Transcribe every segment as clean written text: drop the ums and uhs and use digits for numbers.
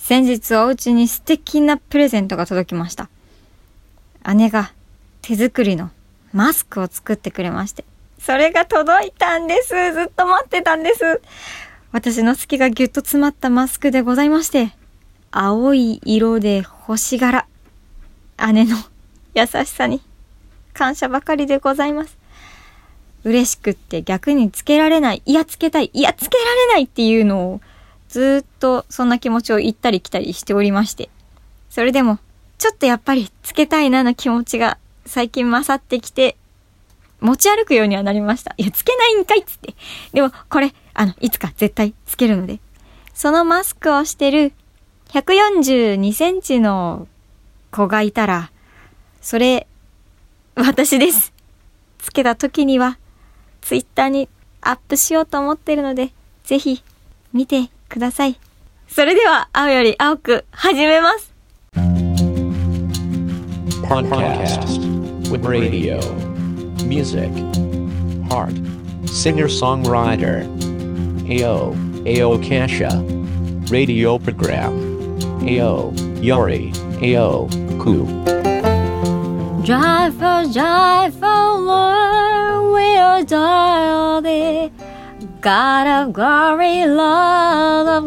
先日お家に素敵なプレゼントが届きました。姉が手作りのマスクを作ってくれまして、それが届いたんです。ずっと待ってたんです。私の好きがぎゅっと詰まったマスクでございまして、青い色で星柄。姉の優しさに感謝ばかりでございます。嬉しくって逆につけられない、いやつけたい、いやつけられないっていうのをずっとそんな気持ちを行ったり来たりしておりまして、それでもちょっとやっぱりつけたいなの気持ちが最近勝ってきて、持ち歩くようにはなりました。いやつけないんかいっつって。でもこれいつか絶対つけるので、そのマスクをしてる142センチの子がいたら、それ私です。つけた時にはツイッターにアップしようと思ってるので、ぜひ見てください。それでは青より青く始めます。 Podcast with radio, music, heart, singer-songwriter, AO Kasha, radio program, AO Yori, AO Ku. Joyful, joyful Lord, we adore thee, God of glory, Lord of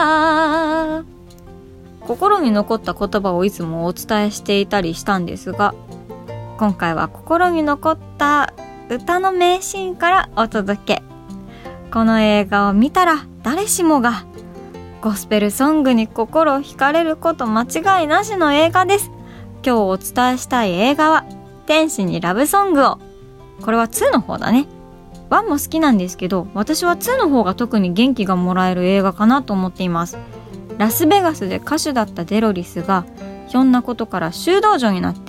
love. 心に残った言葉をいつもお伝えしていたりしたんですが、今回は心に残った歌の名シーンからお届け。この映画を見たら誰しもがゴスペルソングに心を惹かれること間違いなしの映画です。今日お伝えしたい映画は天使にラブソングを。これは2の方だね。1も好きなんですけど、私は2の方が特に元気がもらえる映画かなと思っています。ラスベガスで歌手だったデロリスがひょんなことから修道女になって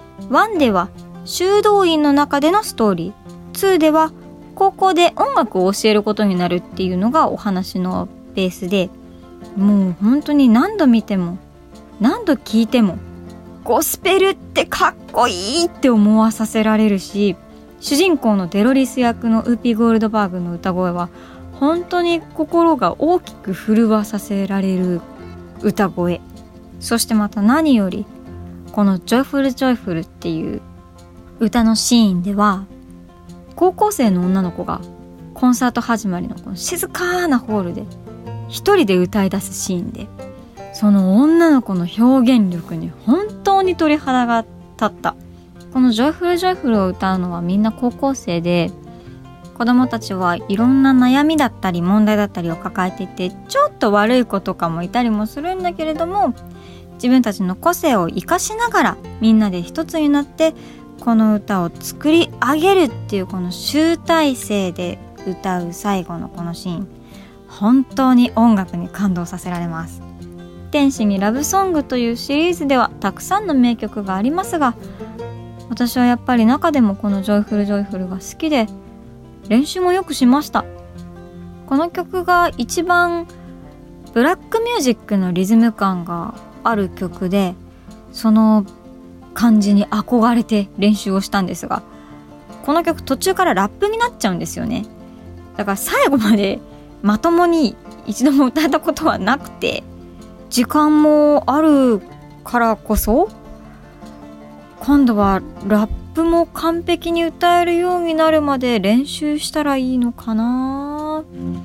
、1では修道院の中でのストーリー、2では高校で音楽を教えることになるっていうのがお話のベースで、もう本当に何度見ても何度聞いてもゴスペルってかっこいいって思わさせられるし、主人公のデロリス役のウーピー・ゴールドバーグの歌声は本当に心が大きく震わさせられる歌声。そしてまた何よりこのジョイフルジョイフルっていう歌のシーンでは、高校生の女の子がコンサート始まりのこの静かなホールで一人で歌い出すシーンで、その女の子の表現力に本当に鳥肌が立った。このジョイフルジョイフルを歌うのはみんな高校生で、子供たちはいろんな悩みだったり問題だったりを抱えていて、ちょっと悪い子とかもいたりもするんだけれども、自分たちの個性を生かしながらみんなで一つになってこの歌を作り上げるっていうこの集大成で歌う最後のこのシーン、本当に音楽に感動させられます。天使にラブソングというシリーズではたくさんの名曲がありますが、私はやっぱり中でもこのジョイフルジョイフルが好きで、練習もよくしました。この曲が一番ブラックミュージックのリズム感がある曲で、その感じに憧れて練習をしたんですが、この曲途中からラップになっちゃうんですよね。だから最後までまともに一度も歌ったことはなくて、時間もあるからこそ今度はラップも完璧に歌えるようになるまで練習したらいいのかな。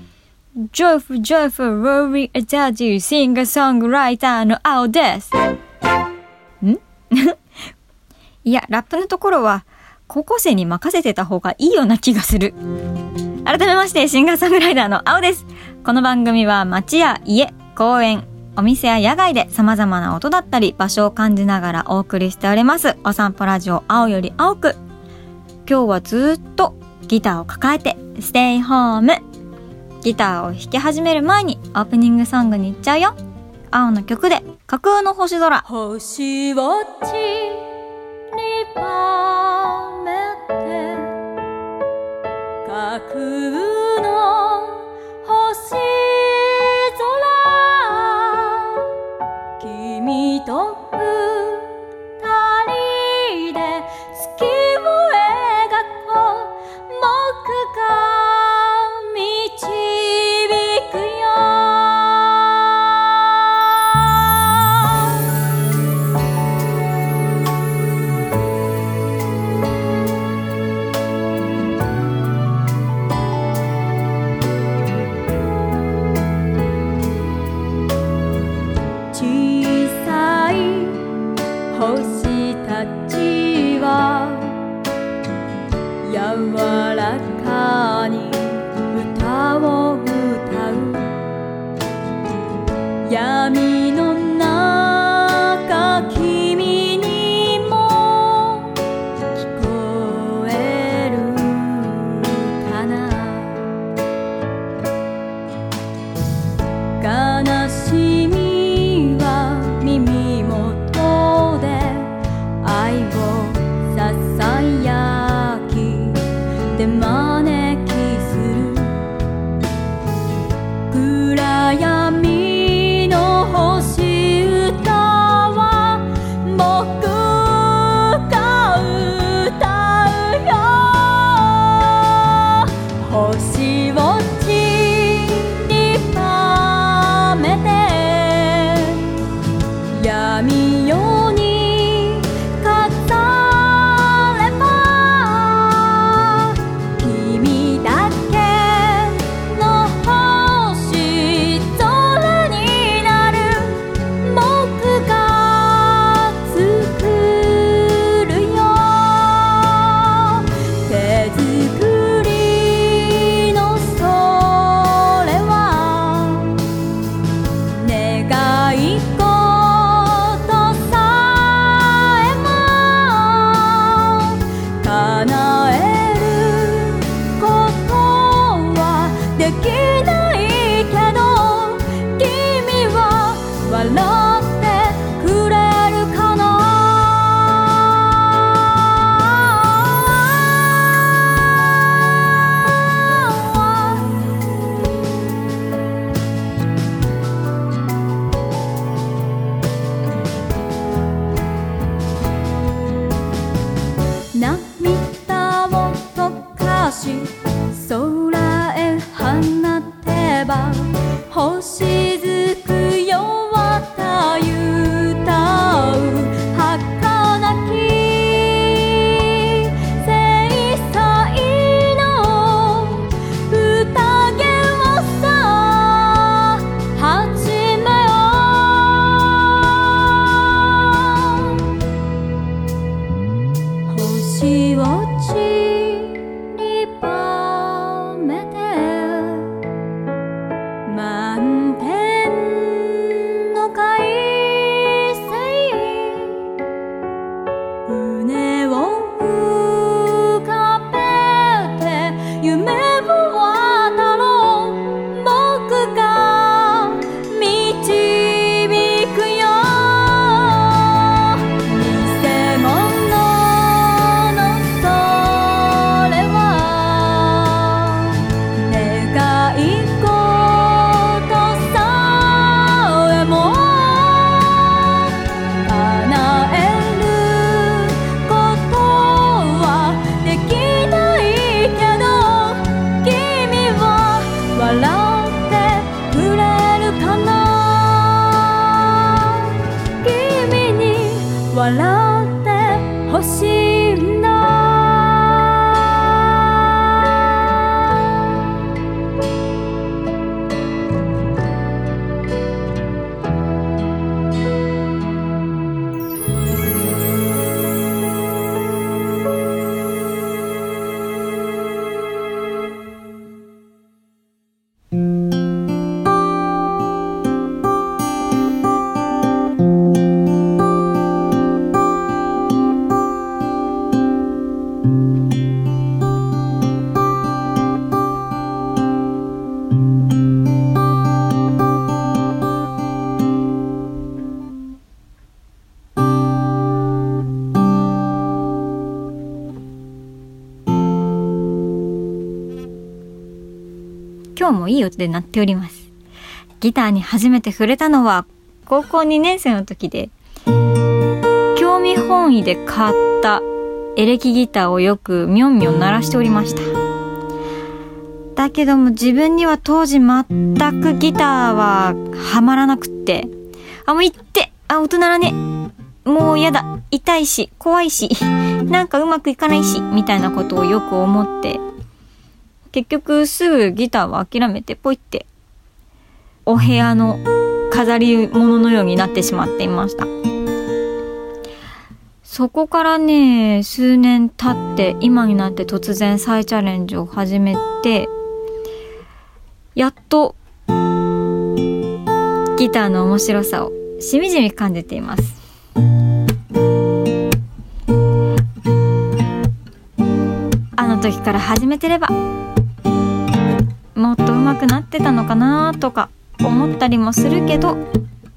Joyful Joyful Rory Ajaji Singer Songwriter の青です。いや、ラップのところは高校生に任せてた方がいいような気がする。改めまして、シンガーソングライターの青です。この番組は街や家、公園、お店や野外で様々な音だったり場所を感じながらお送りしておりますお散歩ラジオ、青より青く。今日はずっとギターを抱えてステイホーム。ギターを弾き始める前にオープニングソングに行っちゃうよ。青の曲で架空の星空。星をちりばめて架空の星君と二人で月を描こう。僕が導くよ。 闇の中君にも聞こえるかな。悲しみは耳元で愛をささやきで招きする。暗闇の星歌は僕が歌うよ。星を散りばめて闇夜に飾れば、君だけの星空になる。僕が作るよ。手作りのそれは願い事さえも叶えることはできないけど、君は笑ってくれるかな。涙を溶かし空へ放てば、星づくよ渡ゆたう儚き精彩の宴をさ始めよう。星を散りばめて満天の快晴、胸を浮かべて夢を渡ろう。僕が導くよ。偽物のそれは願い事さえも叶えることはできないけど、君は笑ってくれるかな。君に笑ってほしいんだ。今日もいい音で鳴っております。ギターに初めて触れたのは高校2年生の時で、興味本位で買ったエレキギターをよくみょんみょん鳴らしておりました。だけども自分には当時全くギターはハマらなくって、もういって、音鳴らね、もうやだ、痛いし怖いしなんかうまくいかないしみたいなことをよく思って、結局すぐギターは諦めてポイってお部屋の飾り物のようになってしまっていました。そこからね、数年経って今になって突然再チャレンジを始めて、やっとギターの面白さをしみじみ感じています。あの時から始めてればもっと上手くなってたのかなとか思ったりもするけど、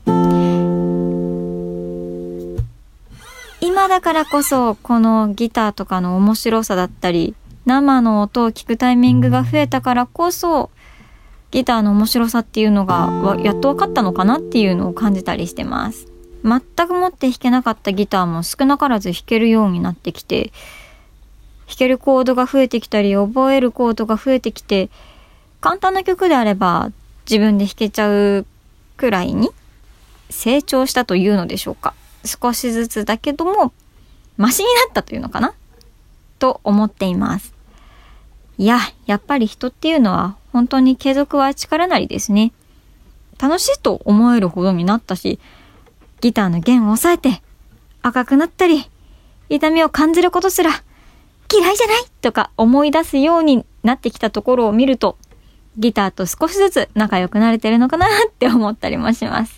今だからこそこのギターとかの面白さだったり、生の音を聞くタイミングが増えたからこそギターの面白さっていうのがやっと分かったのかなっていうのを感じたりしてます。全くもって弾けなかったギターも少なからず弾けるようになってきて、弾けるコードが増えてきたり覚えるコードが増えてきて、簡単な曲であれば自分で弾けちゃうくらいに成長したというのでしょうか。少しずつだけどもマシになったというのかなと思っています。やっぱり人っていうのは本当に継続は力なりですね。楽しいと思えるほどになったし、ギターの弦を押さえて赤くなったり痛みを感じることすら嫌いじゃないとか思い出すようになってきたところを見ると、ギターと少しずつ仲良くなれてるのかなって思ったりもします。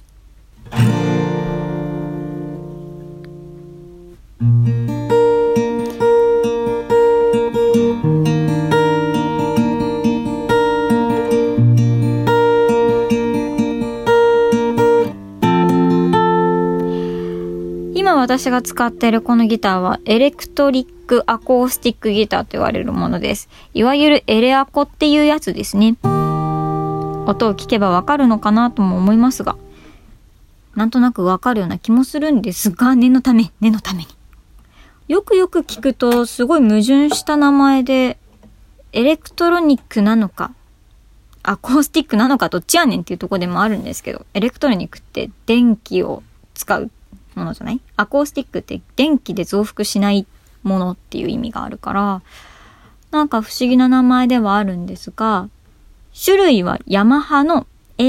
今私が使っているこのギターはエレクトリックアコースティックギターと言われるものです。いわゆるエレアコっていうやつですね。音を聞けばわかるのかなとも思いますが、なんとなくわかるような気もするんですが、念のためによくよく聞くとすごい矛盾した名前で、エレクトロニックなのかアコースティックなのかどっちやねんっていうところでもあるんですけど、エレクトロニックって電気を使うものじゃない？アコースティックって電気で増幅しないものっていう意味があるから、なんか不思議な名前ではあるんですが、種類はヤマハの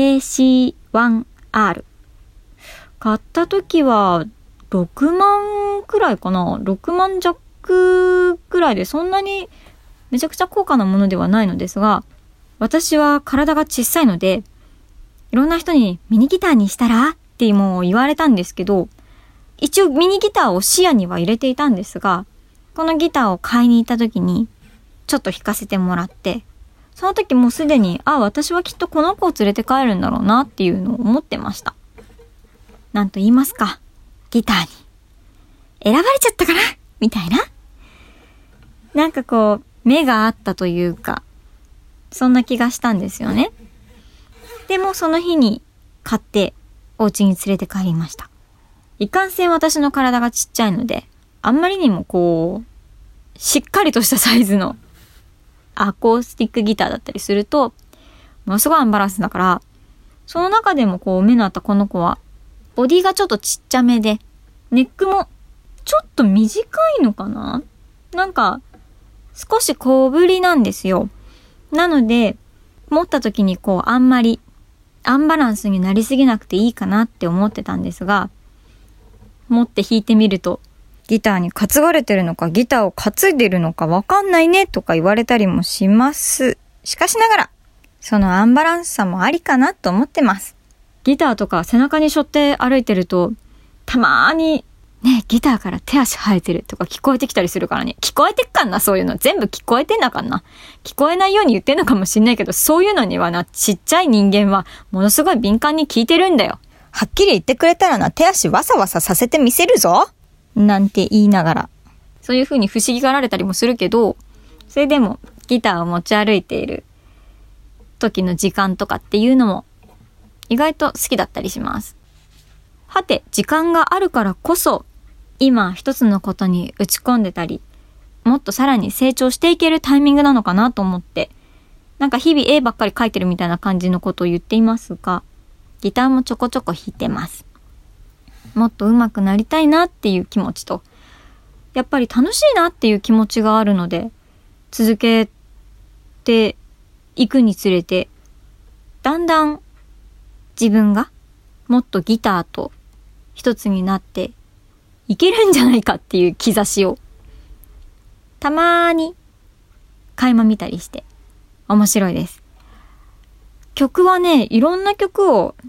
AC1R。買った時は6万くらいかな。6万弱くらいで、そんなにめちゃくちゃ高価なものではないのですが、私は体が小さいので、いろんな人にミニギターにしたらってもう言われたんですけど、一応ミニギターを視野には入れていたんですが、このギターを買いに行った時にちょっと弾かせてもらって、その時もうすでに私はきっとこの子を連れて帰るんだろうなっていうのを思ってました。なんと言いますか、ギターに選ばれちゃったかなみたいな、なんかこう目があったというか、そんな気がしたんですよね。でもその日に買ってお家に連れて帰りました。いかんせん私の体がちっちゃいので、あんまりにもこうしっかりとしたサイズのアコースティックギターだったりするとものすごいアンバランスだから、その中でもこう目のあったこの子はボディがちょっとちっちゃめで、ネックもちょっと短いのかな、なんか少し小ぶりなんですよ。なので持った時にこうあんまりアンバランスになりすぎなくていいかなって思ってたんですが、持って弾いてみるとギターに担がれてるのかギターを担いでるのかわかんないねとか言われたりもします。しかしながらそのアンバランスさもありかなと思ってます。ギターとか背中に背負って歩いてるとたまーにね、ギターから手足生えてるとか聞こえてきたりするからね。聞こえてっかんな、そういうの。全部聞こえてんだかんな。聞こえないように言ってんのかもしんないけど、そういうのにはな、ちっちゃい人間はものすごい敏感に聞いてるんだよ。 はっきり言ってくれたらな、手足わさわささせてみせるぞなんて言いながら。そういう風に不思議がられたりもするけど、それでもギターを持ち歩いている時の時間とかっていうのも意外と好きだったりします。はて、時間があるからこそ、今一つのことに打ち込んでたり、もっとさらに成長していけるタイミングなのかなと思って、なんか日々絵ばっかり描いてるみたいな感じのことを言っていますが、ギターもちょこちょこ弾いてます。もっと上手くなりたいなっていう気持ちと、やっぱり楽しいなっていう気持ちがあるので、続けていくにつれて、だんだん自分がもっとギターと一つになっていけるんじゃないかっていう兆しをたまーに垣間見たりして面白いです。曲はね、いろんな曲を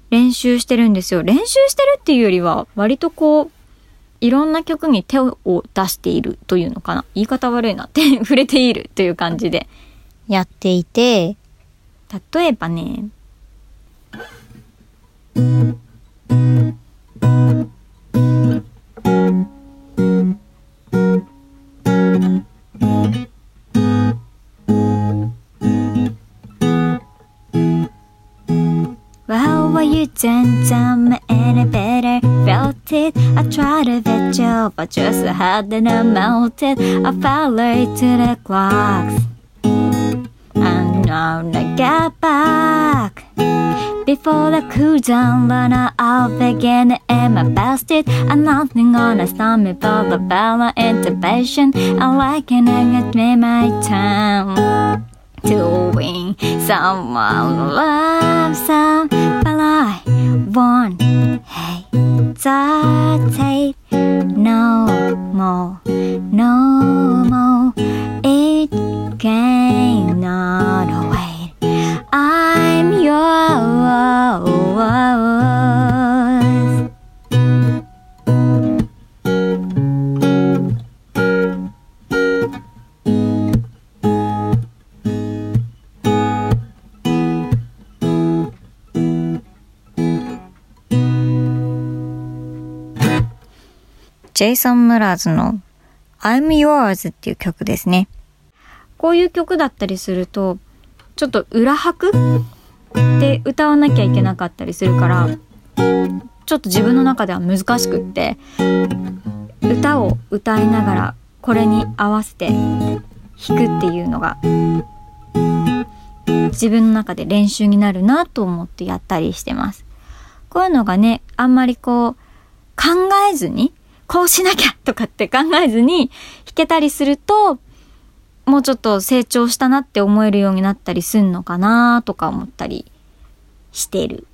練習してるんですよ。練習してるっていうよりは、割とこう、いろんな曲に手を出しているというのかな。言い方悪いな。手に触れているという感じでやっていて、例えばね、Well, were you down my elevator? Felt it, I tried to bet you, but just had and I melted. I fell late to the clocks, and now I get back. Before the cool down, run out again, and I blasted. I'm nothing on a stomach, but the bella intubation. I like an egg at my town.Doing someone loves some, but I won't hesitate no more, no more. It cannot wait. I'm yours.JSONムラーズの I'm Yours っていう曲ですね。こういう曲だったりすると、ちょっと裏拍で歌わなきゃいけなかったりするから、ちょっと自分の中では難しくって、歌を歌いながらこれに合わせて弾くっていうのが、自分の中で練習になるなと思ってやったりしてます。こういうのがね、あんまりこう、考えずに、こうしなきゃとかって考えずに弾けたりすると、もうちょっと成長したなって思えるようになったりすんのかなとか思ったりしてる。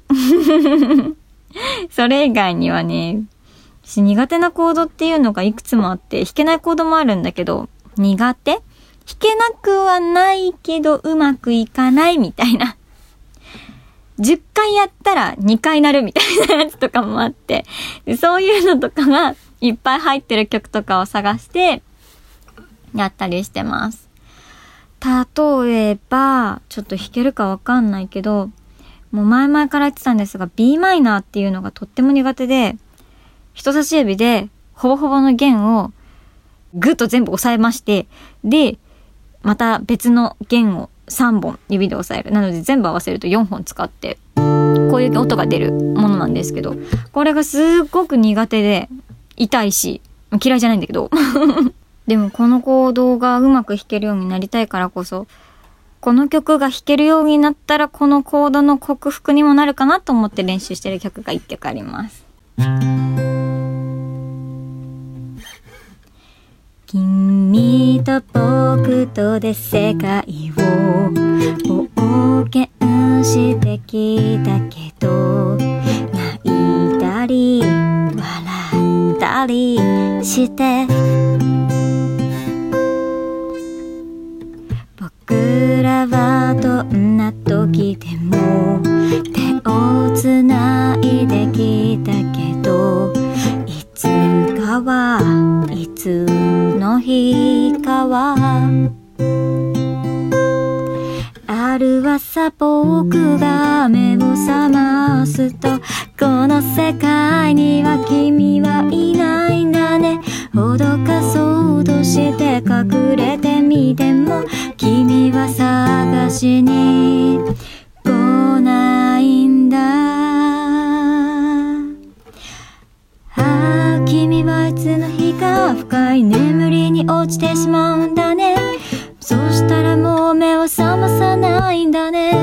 それ以外にはね、苦手なコードっていうのがいくつもあって、弾けないコードもあるんだけど、苦手？弾けなくはないけどうまくいかないみたいな。10回やったら2回なるみたいなやつとかもあって、そういうのとかがいっぱい入ってる曲とかを探してやったりしてます。例えば、ちょっと弾けるかわかんないけど、もう前々から言ってたんですが、B マイナーっていうのがとっても苦手で、人差し指でほぼほぼの弦をぐっと全部押さえまして、で、また別の弦を3本指で押さえる。なので全部合わせると4本使って、こういう音が出るものなんですけど、これがすっごく苦手で、痛いし、嫌いじゃないんだけど。でもこのコードがうまく弾けるようになりたいからこそ、この曲が弾けるようになったらこのコードの克服にもなるかなと思って練習してる曲が1曲あります。君と僕とで世界を冒険してきたけど、泣いたり笑ったりして僕らはどんな時でも手をつないできたけど、いつかはいつの日かはある朝僕が目を覚ますと、この世界には君はいないんだね。脅かそうとして隠れてみても君は探しに来ないんだ。ああ、君はいつの日か深い眠りに落ちてしまうんだね。そしたらもう目を覚まさないんだね。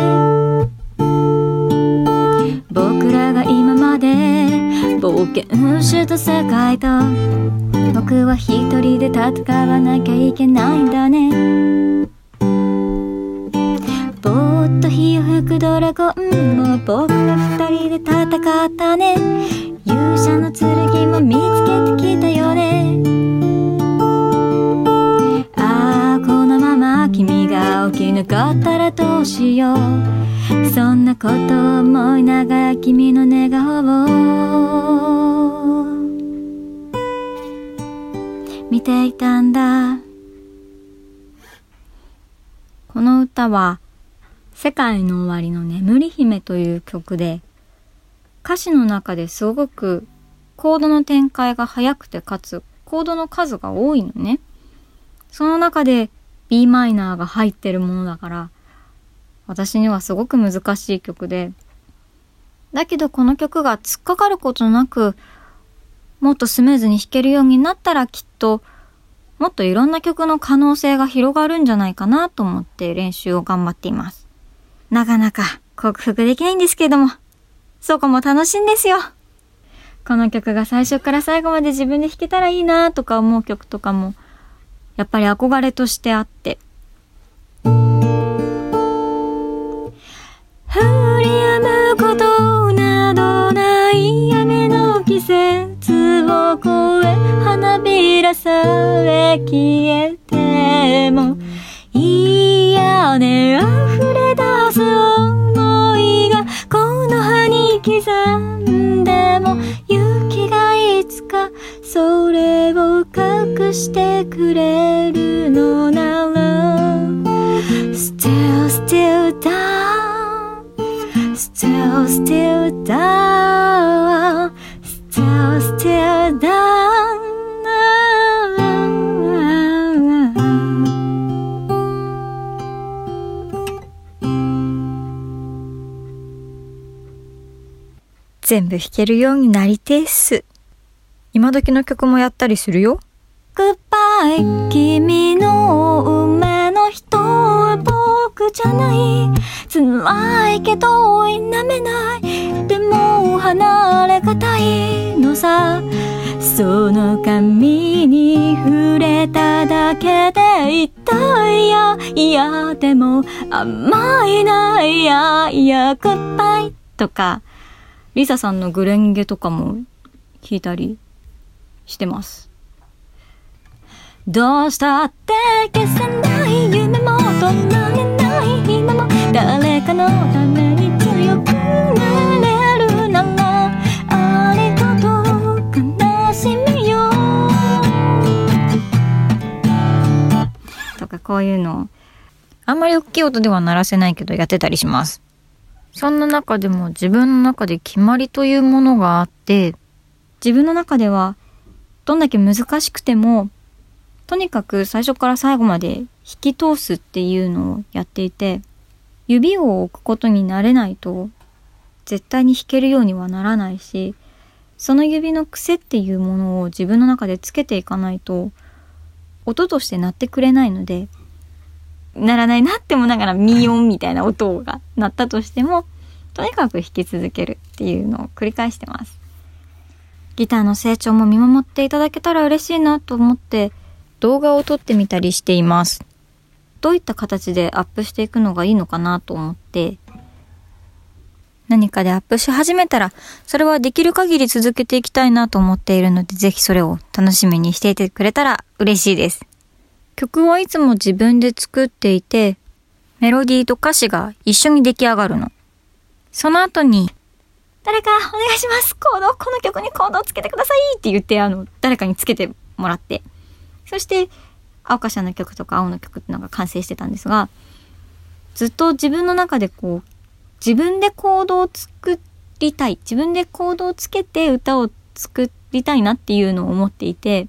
僕らが今まで冒険した世界と僕は一人で戦わなきゃいけないんだね。ぼーっと火を吹くドラゴンも僕ら二人で戦ったね。勇者の剣も見つけてきたよね。ああ、このまま君が起き抜かったらどうしよう、そんなこと思いながら君の寝顔を見ていたんだ。この歌は世界の終わりの眠り姫という曲で、歌詞の中ですごくコードの展開が速くて、かつコードの数が多いのね。その中で b マイナーが入ってるものだから、私にはすごく難しい曲で、だけどこの曲が突っかかることなくもっとスムーズに弾けるようになったら、きっともっといろんな曲の可能性が広がるんじゃないかなと思って練習を頑張っています。なかなか克服できないんですけども、そこも楽しいんですよ。この曲が最初から最後まで自分で弾けたらいいなとか思う曲とかもやっぱり憧れとしてあって、降り止むことなどない雨の季節を越え、花びらさえ消えてもいいやね、溢れ出す想いがこの葉に刻んでも、雪がいつかそれを隠してくれるのなら、 Still, still down, Still, still down, Still, still down。 全部弾けるようになりてえっす。今時の曲もやったりするよ。 Goodbye 君の運命の人は僕じゃない、辛いけど否めない、でも離れがたいのさ、その髪に触れただけで痛いや、いやでも甘いな、いやいや Goodbye とか、リサさんのグレンゲとかも弾いたりしてます。どうしたって消せない夢も止まれない今も、誰かのために強くなれるならありがとう悲しみよとか、こういうのあんまり大きい音では鳴らせないけどやってたりします。そんな中でも自分の中で決まりというものがあって、自分の中ではどんだけ難しくてもとにかく最初から最後まで弾き通すっていうのをやっていて、指を置くことに慣れないと絶対に弾けるようにはならないし、その指の癖っていうものを自分の中でつけていかないと音として鳴ってくれないので、鳴らないなって思いながらミヨンみたいな音が鳴ったとしてもとにかく弾き続けるっていうのを繰り返してます。ギターの成長も見守っていただけたら嬉しいなと思って動画を撮ってみたりしています。どういった形でアップしていくのがいいのかなと思って、何かでアップし始めたらそれはできる限り続けていきたいなと思っているので、ぜひそれを楽しみにしていてくれたら嬉しいです。曲はいつも自分で作っていて、メロディーと歌詞が一緒に出来上がるの。その後に誰かお願いします、この曲にコードをつけてくださいって言って誰かにつけてもらって、そして青かしらの曲とか青の曲ってのが完成してたんですが、ずっと自分の中で自分でコードを作りたい、自分でコードをつけて歌を作りたいなっていうのを思っていて、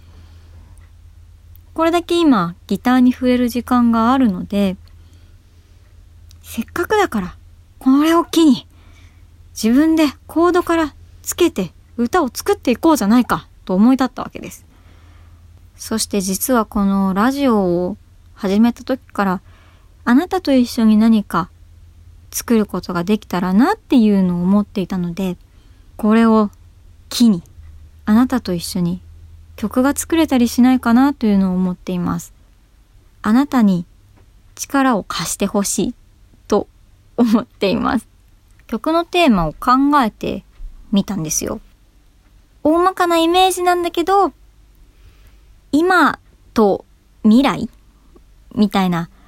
これだけ今ギターに触れる時間があるので、せっかくだからこれを機に自分でコードからつけて歌を作っていこうじゃないかと思い立ったわけです。そして実はこのラジオを始めた時から、あなたと一緒に何か作ることができたらなっていうのを思っていたので、これを機にあなたと一緒に曲が作れたりしないかなというのを思っています。あなたに力を貸してほしいと思っています。曲のテーマを考えてみたんですよ。大まかなイメージなんだけど、今と未来みたいな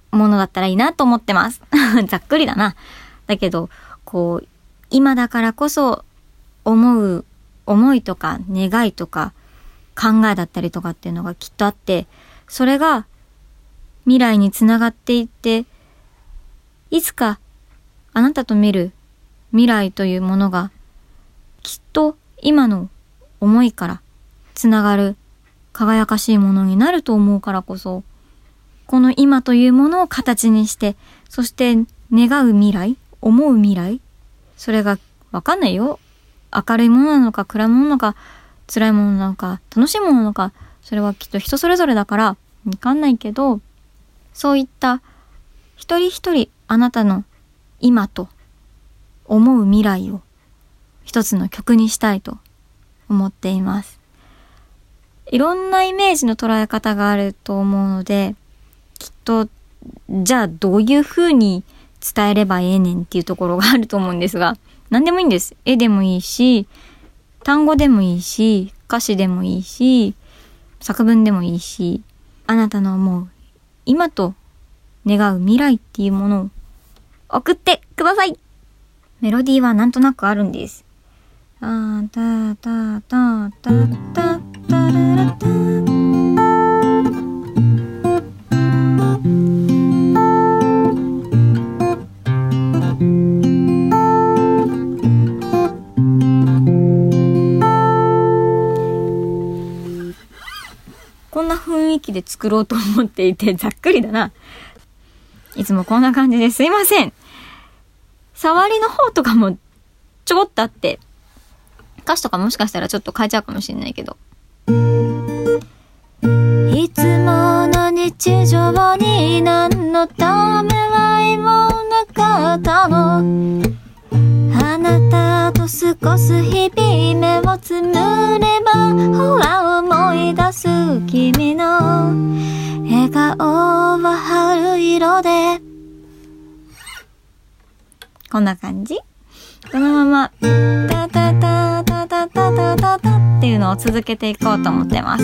ものだったらいいなと思ってます。ざっくりだな。だけど、こう、今だからこそ思う思いとか願いとか考えだったりとかっていうのがきっとあって、それが未来につながっていって、いつかあなたと見る未来というものがきっと今の思いからつながる輝かしいものになると思うからこそ、この今というものを形にして、そして願う未来、思う未来、それがわかんないよ。明るいものなのか暗いものなのか辛いものなのか楽しいものなのか、それはきっと人それぞれだからわかんないけど、そういった一人一人あなたの今と思う未来を一つの曲にしたいと思っています。いろんなイメージの捉え方があると思うので、きっとじゃあどういう風に伝えればええねんっていうところがあると思うんですが、何でもいいんです。絵でもいいし、単語でもいいし、歌詞でもいいし、作文でもいいし、あなたの思う今と願う未来っていうものを送ってください。メロディーはなんとなくあるんです。タタタタタタタララタ。こんな雰囲気で作ろうと思っていて、ざっくりだな。いつもこんな感じですいません。触りの方とかもちょこっとあって、歌詞とかもしかしたらちょっと変えちゃうかもしれないけど、いつもの日常に何のためらいもなかったの、あなたと過ごす日々、目をつむればほら思い出す君の笑顔は春色で。こんな感じ。このままタタタタタタタタタっていうのを続けていこうと思ってます。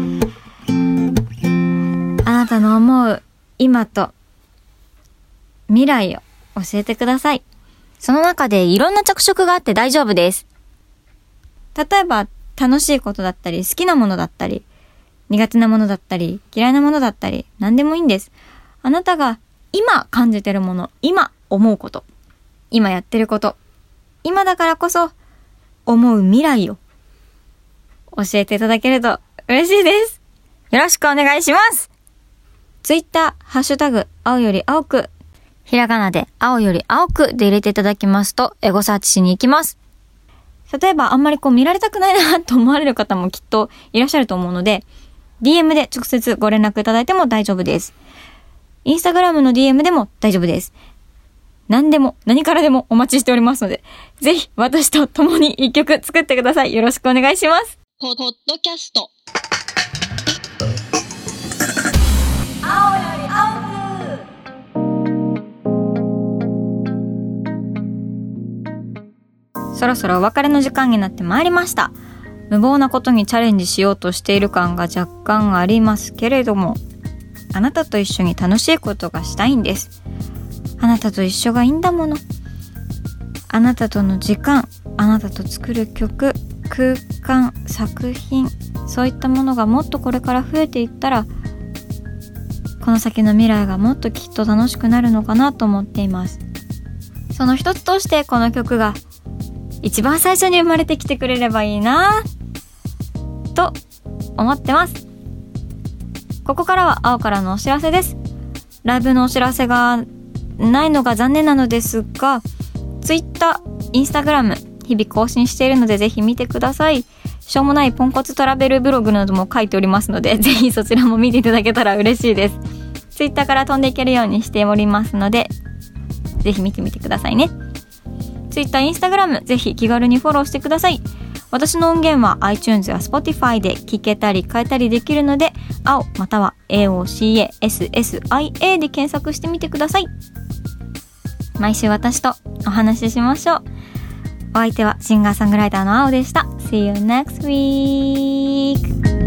あなたの思う今と未来を教えてください。その中でいろんな着色があって大丈夫です。例えば楽しいことだったり、好きなものだったり、苦手なものだったり、嫌いなものだったり、何でもいいんです。あなたが今感じてるもの、今思うこと、今やってること、今だからこそ思う未来を教えていただけると嬉しいです。よろしくお願いします。ツイッター、ハッシュタグ、青より青く、ひらがなで青より青くで入れていただきますとエゴサーチしに行きます。例えばあんまり見られたくないなと思われる方もきっといらっしゃると思うので、DM で直接ご連絡いただいても大丈夫です。インスタグラムの DM でも大丈夫です。何でも何からでもお待ちしておりますので、ぜひ私と共に一曲作ってください。よろしくお願いします。 ポッドキャスト。 青より青く。そろそろお別れの時間になってまいりました。無謀なことにチャレンジしようとしている感が若干ありますけれども、あなたと一緒に楽しいことがしたいんです。あなたと一緒がいいんだもの。あなたとの時間、あなたと作る曲、空間、作品、そういったものがもっとこれから増えていったら、この先の未来がもっときっと楽しくなるのかなと思っています。その一つとしてこの曲が一番最初に生まれてきてくれればいいなと思ってます。ここからは青からのお知らせです。ライブのお知らせがないのが残念なのですが、Twitter、Instagram 日々更新しているのでぜひ見てください。しょうもないポンコツトラベルブログなども書いておりますので、ぜひそちらも見ていただけたら嬉しいです。Twitter から飛んでいけるようにしておりますので、ぜひ見てみてくださいね。Twitter、Instagram ぜひ気軽にフォローしてください。私の音源は iTunes や Spotify で聞けたり変えたりできるので、青または AOCASSIA で検索してみてください。毎週私とお話ししましょう。お相手はシンガーソングライターの青でした。See you next week!